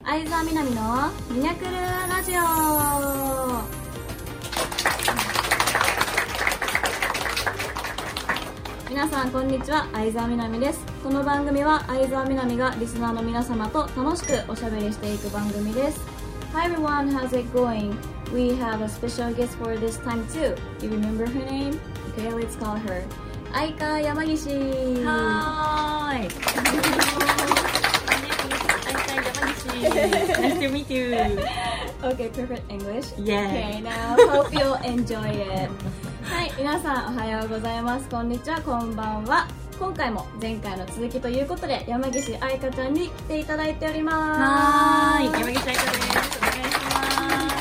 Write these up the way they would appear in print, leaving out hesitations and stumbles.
相沢みなみのミニャクルラジオ。皆さんこんにちは、相沢みなみです。この番組は相沢みなみがリスナーの皆様と楽しくおしゃべりしていく番組です。 Hi everyone, how's it going? We have a special guest for this time too. You remember her name? Okay, let's call her 相川山岸。 はーい。Nice to meet you. Okay, perfect English. Yeah. Okay, now hope you'll enjoy it. はい、皆さんおはようございます。こんにちは、こんばんは。今回も前回の続きということで山岸愛香ちゃんに来ていただいております。 はーい。山岸愛香です。お願いします。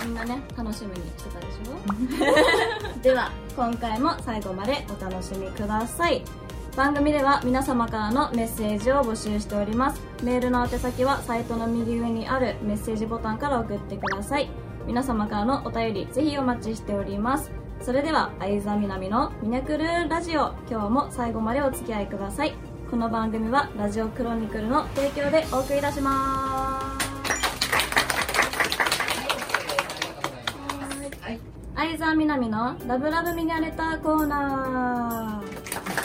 みんなね、楽しみにしてたでしょでは、今回も最後までお楽しみください。番組では皆様からのメッセージを募集しております。メールの宛先はサイトの右上にあるメッセージボタンから送ってください。皆様からのお便りぜひお待ちしております。それでは相沢みなみのミニャクルラジオ、今日も最後までお付き合いください。この番組はラジオクロニクルの提供でお送りいたします。相沢みなみのラブラブミニャレターコーナー。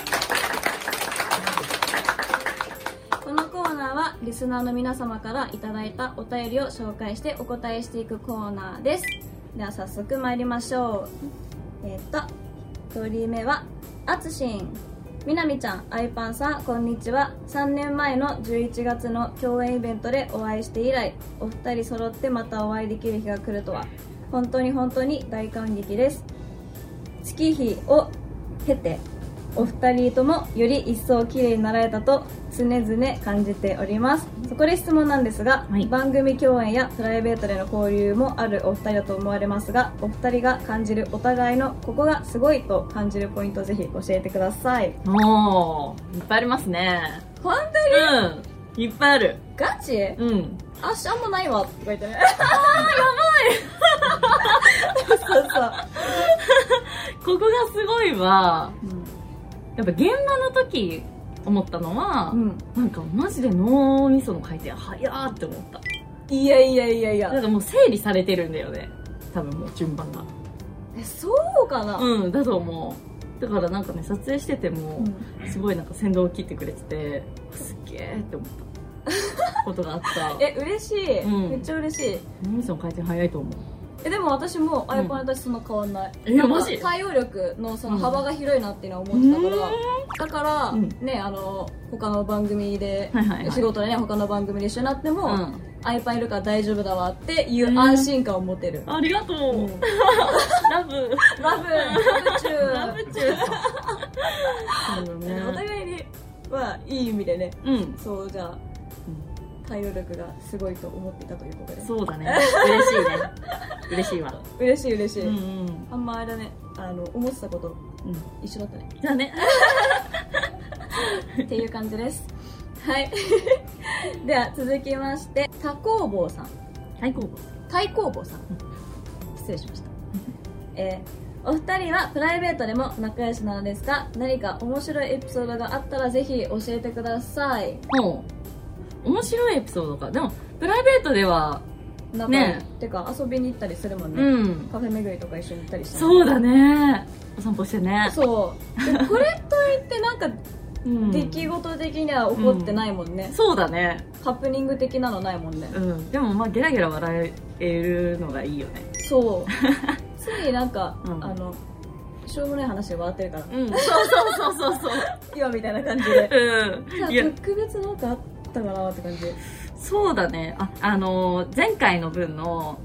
このコーナーはリスナーの皆様からいただいたお便りを紹介してお答えしていくコーナーです。では早速参りましょう。1人目はあつしん。みなみちゃん、あいぱんさん、こんにちは。3年前の11月の共演イベントでお会いして以来、お二人揃ってまたお会いできる日が来るとは本当に本当に大感激です。月日を経てお二人ともより一層綺麗になられたと常々感じております。そこで質問なんですが、 はい、 番組共演やプライベートでの交流もあるお二人だと思われますが、お二人が感じるお互いのここがすごいと感じるポイントをぜひ教えてください。 おー、いっぱいありますね。 本当に？ いっぱいある。 ガチ？あんまないわとか言ってね。そうそうここがすごいわ。やっぱ現場の時思ったのは、なんかマジで脳みその回転早ーって思った。 いやなんかもう整理されてるんだよね、多分もう順番が。 そうかな。 だと思う。だからなんかね、撮影してても、すごいなんか先導を切ってくれてて、すっげーって思ったことがあった。 嬉しい、めっちゃ嬉しい。 脳みその回転早いと思う。 でも私もアイパン私そんな変わんない。 マジ？ 対応力のその幅が広いなっていうのは思ってたから、だからね、他の番組で仕事でね、他の番組で一緒になってもアイパンいるから大丈夫だわっていう安心感を持てる。 ありがとう。ラブチュー。 お互いにはいい意味でね、そうじゃあ対応力がすごいと思っていたということで。そうだね。 嬉しいね。嬉しいわ。 嬉しい。あんまあれだね、思ってたこと、一緒だったね。 だね。 っていう感じです。はい。では続きまして、太工房さん。 太工房さん。 失礼しました。お二人はプライベートでも仲良しなのですが、何か面白いエピソードがあったらぜひ教えてください。 面白いエピソードか。でもプライベートではね、てか遊びに行ったりするもんね、カフェ巡りとか一緒に行ったりして。 そうだね、お散歩してね。 そうでこれといってなんか出来事的には起こってないもんね。 そうだね、 ハプニング的なのないもんね。 でもまあゲラゲラ笑えるのがいいよね。 そうついなんか、しょうもない話で笑ってるから、 そう今みたいな感じで、 いや特別なんかあったかなって感じ。 そうだね。前回の分の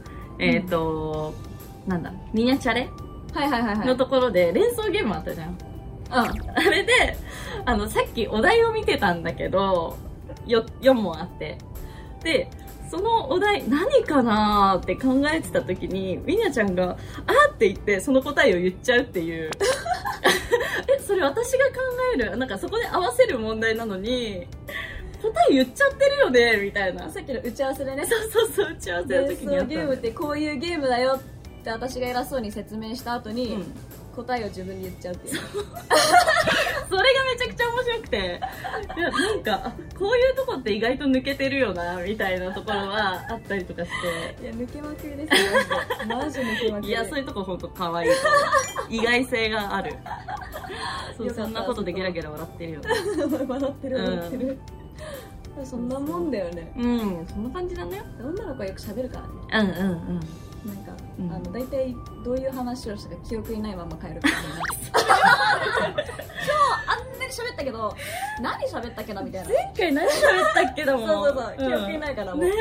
なんだ、ミニャチャレのところで連想ゲームあったじゃん。あれでさっきお題を見てたんだけど、4問あって、でそのお題何かなーって考えてた時にミニャちゃんが「あ」って言ってその答えを言っちゃうっていうそれ私が考える、なんかそこで合わせる問題なのに答え言っちゃってるよねみたいな。 さっきの打ち合わせでね。 そう打ち合わせの時にやった。 ゲームってこういうゲームだよって私が偉そうに説明した後に、答えを自分で言っちゃうっていうそれがめちゃくちゃ面白くて、いやなんかこういうとこって意外と抜けてるよなみたいなところはあったりとかして、 いや抜けまくりですよマジ抜けまくり。 いやそういうとこほんと可愛い意外性がある。そうそんなことでゲラゲラ笑ってるよね。 笑ってる笑ってる、そんなもんだよね。 うん、そんな感じだね。 女の子はよく喋るからね。なんか、大体どういう話をしたか記憶にないまま帰るからね。今日あんなに喋ったけど何喋ったっけなみたいな。 前回何喋ったっけだもん。 そう、記憶にないからもう。ね。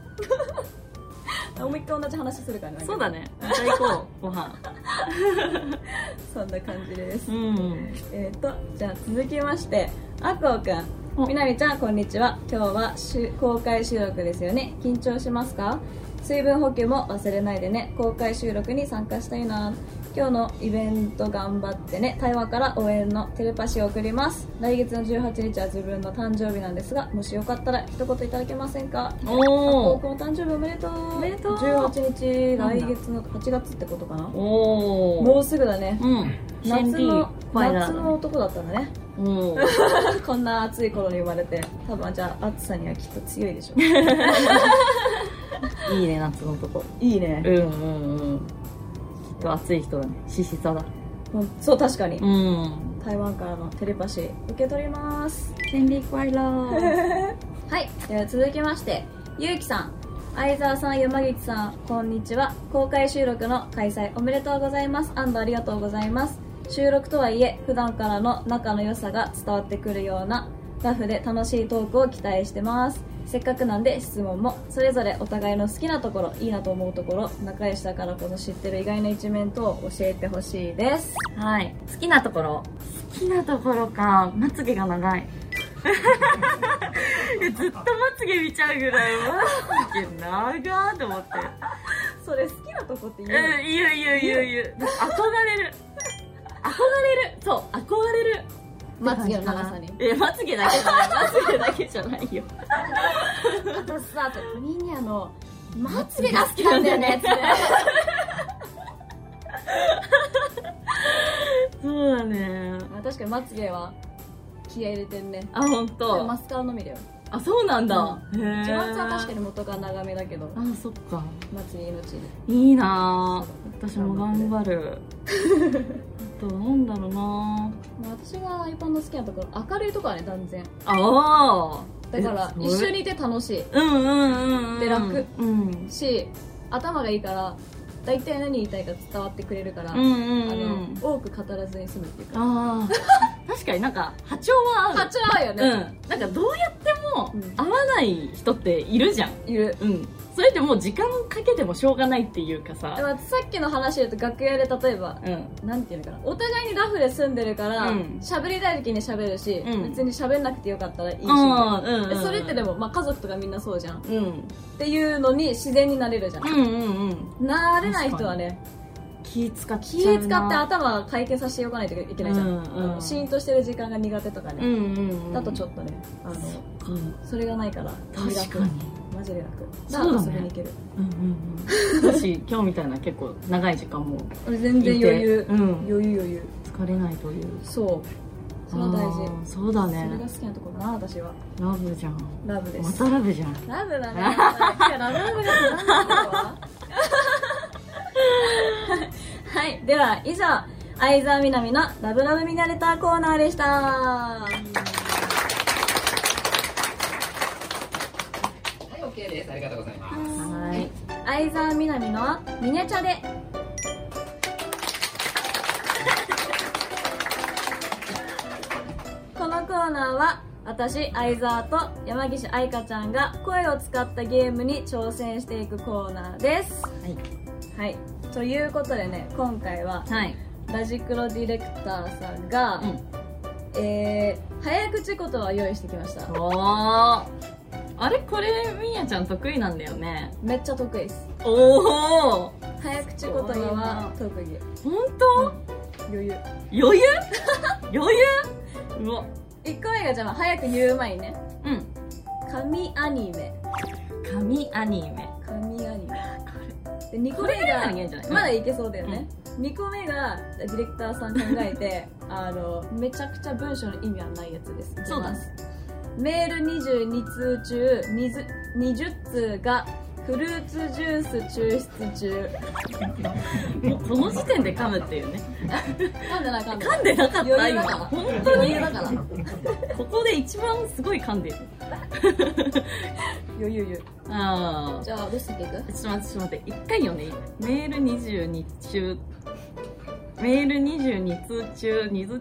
もう一回同じ話するからね。 そうだね。また行こうご飯。 そんな感じです。じゃあ続きましてあこうくん、みなみちゃんこんにちは。今日は公開収録ですよね。緊張しますか？水分補給も忘れないでね。公開収録に参加したいな。今日のイベント頑張ってね。台湾から応援のテレパシーを送ります。来月の18日は自分の誕生日なんですが、もしよかったら一言いただけませんか？おー、誕生日おめでとう。おめでとう。18日、来月の8月ってことかな。おー、もうすぐだね。夏の男だったんだね。こんな暑い頃に生まれて、多分じゃあ暑さにはきっと強いでしょ。 いいね、夏の男。 いいね。 暑い人だね。ししさだ。 そう、確かに。台湾からのテレパシー受け取ります。 天理快乐。 はい、では続きましてゆうきさん、相沢さん、山口さん、こんにちは。公開収録の開催おめでとうございます。ありがとうございます。収録とはいえ普段からの仲の良さが伝わってくるようなラフで楽しいトークを期待してます。せっかくなんで質問もそれぞれお互いの好きなところ、いいなと思うところ、仲良しだからこそ知ってる意外な一面等を教えてほしいです。 はい、好きなところか、まつげが長い。ずっとまつげ見ちゃうぐらいまつげ長ーと思って。 それ好きなとこって言う？ 言う。そう、憧れる。 まつげの長さに。 まつげだけじゃない。まつげだけじゃないよ。 私さ、みんなまつげが好きなんだよねって。 そうだね。 確かにまつげは気合い入れてるね。 あ、ほんと。 マスカラのみだよ。 あ、そうなんだ。 自末は確かに元が長めだけど。 あ、そっか。 まつげ命で。 いいなぁ。私も頑張る。あとなんだろうな。 私が一般の好きなところ、明るいところはね、断然。 ああ。 だから一緒にいて楽しい。で楽。し、頭がいいから大体何言いたいか伝わってくれるから、多く語らずに済むっていうか。ああ、確かになんか波長は合う。 波長合うよね。 なんかどうやっても合わない人っているじゃん。 いる。 それってもう時間かけてもしょうがないっていうかさ。 さっきの話で言うと楽屋で例えば、なんていうのかな、お互いにラフで住んでるから喋りたい時に喋るし、別に喋んなくてよかったらいいし、それってでも家族とかみんなそうじゃんっていうのに自然になれるじゃん。なれない人はね、 気使って頭回転させておかないといけないじゃん。シーンとしてる時間が苦手とかね、だとちょっとね、それがないから確かにマジで楽。 そうだね。 遊びに行ける。 私今日みたいな結構長い時間も全然余裕。 疲れないという。 そう。それは大事。 そうだね。 それが好きなところだな、私は。 ラブじゃん。 ラブです。 またラブじゃん。 ラブだね。ラブが何だわ。はい、では以上、相沢みなみのラブラブミナレターコーナーでした。 です。ありがとうございます。 はい。相沢みなみのミネチャで。このコーナーは私相沢と山岸愛香ちゃんが声を使ったゲームに挑戦していくコーナーです。はい。ということでね、今回は、ラジクロディレクターさんが、早口言葉を用意してきました。 あれこれみやちゃん得意なんだよね。 めっちゃ得意です。 おお。 早口言葉は特技。 本当？ 余裕。 余裕？余裕？うわ。 1個目がじゃあ早く言う前にね。神アニメ。 神アニメ。 神アニメ。で2個目がまだいけそうだよね。2個目がディレクターさん考えてめちゃくちゃ文章の意味はないやつです。 そうだね。 メール22通中20通がフルーツジュース抽出中。 もうこの時点で噛むっていうね。 噛んでない噛んでない。 噛んでなかった余裕だから。 本当に余裕だから。 ここで一番すごい噛んでる。 余裕。 ああ。 じゃあどうしていく？ ちょっと待って、一回読んでいい？メール22通中20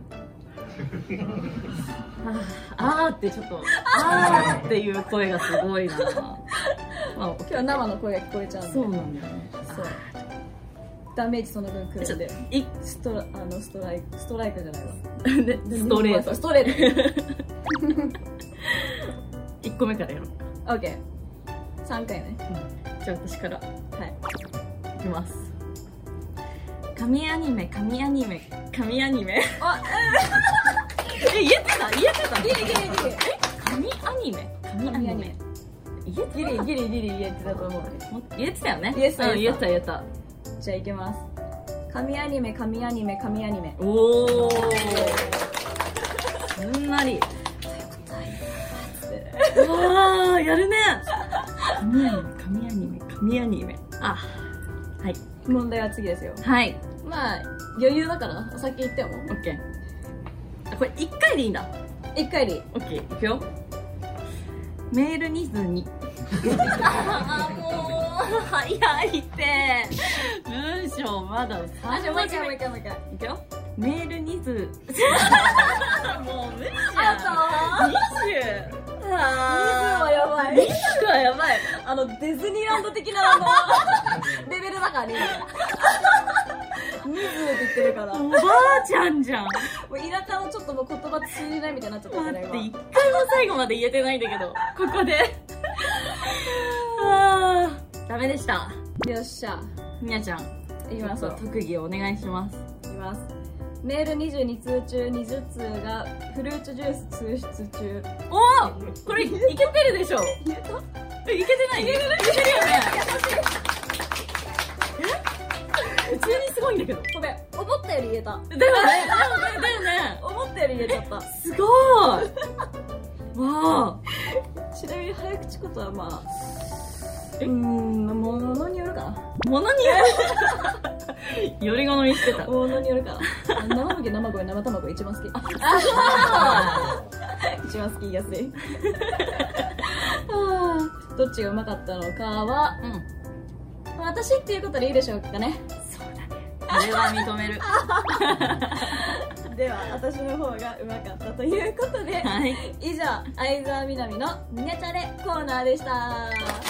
あーってちょっとあーっていう声がすごいな。 今日は生の声が聞こえちゃうんで。 そうなんだよね。 そう。ダメージその分くるんで。ストライクじゃないわ。 ストレート。 ストレート。 1個目からやろうか。 オッケー。3回ね。 じゃあ私から。 はい。 いきます。神アニメ。あ、言えてたギリ神アニメギリ言えてたと思う。 言えてたよね。 言えてた。 言えた。 じゃあいきます。神アニメ。 おーすんなり。わーやるね。神アニメ。あ、はい。 問題は次ですよ。 はい。 まあ余裕だからお先言っても。 オッケー。これ1回でいいんだ。 1回でいい。 オッケー。いくよ。メール22。あーもう早いって。文章まだ3 もう一回。 いくよ。メール20。もう無理じあゃん。20。 20はやばい。 20はやばい。 ディズニーランド的なレベルだからね。20って言ってるから。 おばあちゃんじゃん。もう田舎のちょっともう言葉通じないみたいになっちゃったから待って、一回も最後まで言えてないんだけど、ここで。ダメでした。 よっしゃ。 みなちゃん、 いきます。 特技をお願いします。 いきます。メール22通中20通がフルーツジュース抽出中。 おお、これいけてるでしょ。 言えた？ いけてない？いけてるよね。普通にすごいんだけど。 ごめん、思ったより言えた。 だよね。 思ったより言えちゃった。 すごい。わあ。 ちなみに早口言葉はまあ。ものによるかな。 ものによる。より好みしてた。 ものによるかな。生麦、生声、生卵一番好き。一番好き言いやすい。どっちがうまかったのかは、私っていうことでいいでしょうかね。 そうだね。これは認める。 では私の方がうまかったということで、 はい、 以上相沢みなみのミニャチャレコーナーでした。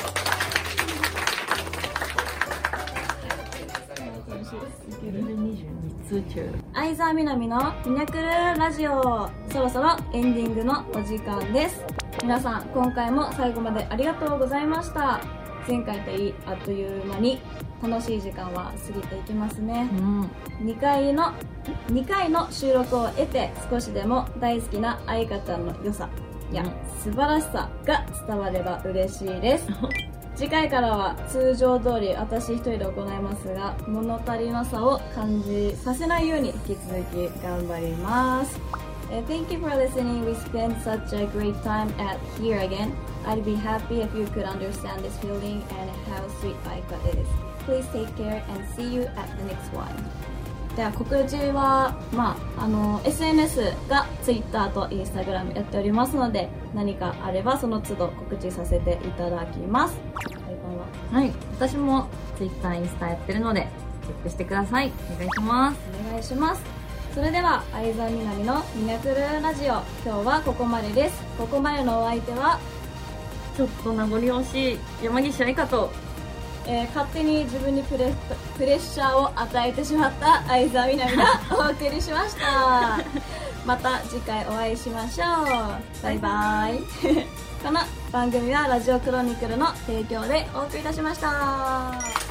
相沢みなみのミニャクルラジオ、そろそろエンディングのお時間です。皆さん今回も最後までありがとうございました。前回といいあっという間に楽しい時間は過ぎていきますね。2回の収録を得て少しでも大好きな相方の良さや素晴らしさが伝われば嬉しいです。次回からは通常通り私一人で行いますが、物足りなさを感じさせないように引き続き頑張ります。Thank you for listening. We spent such a great time at here again. I'd be happy if you could understand this feeling and how sweet Aika is. Please take care and see you at the next one. では告知は、SNS が Twitter と Instagram やっておりますので、何かあればその都度告知させていただきます。 はい、私も Twitter、インスタやってるのでチェックしてください。お願いします。 お願いします。それでは相沢みなみのミニャクルラジオ、今日はここまでです。ここまでのお相手はちょっと名残惜しい山岸愛香と、 勝手に自分にプレッシャーを与えてしまった相沢みなみがお送りしました。また次回お会いしましょう。バイバイ。この番組はラジオクロニクルの提供でお送りいたしました。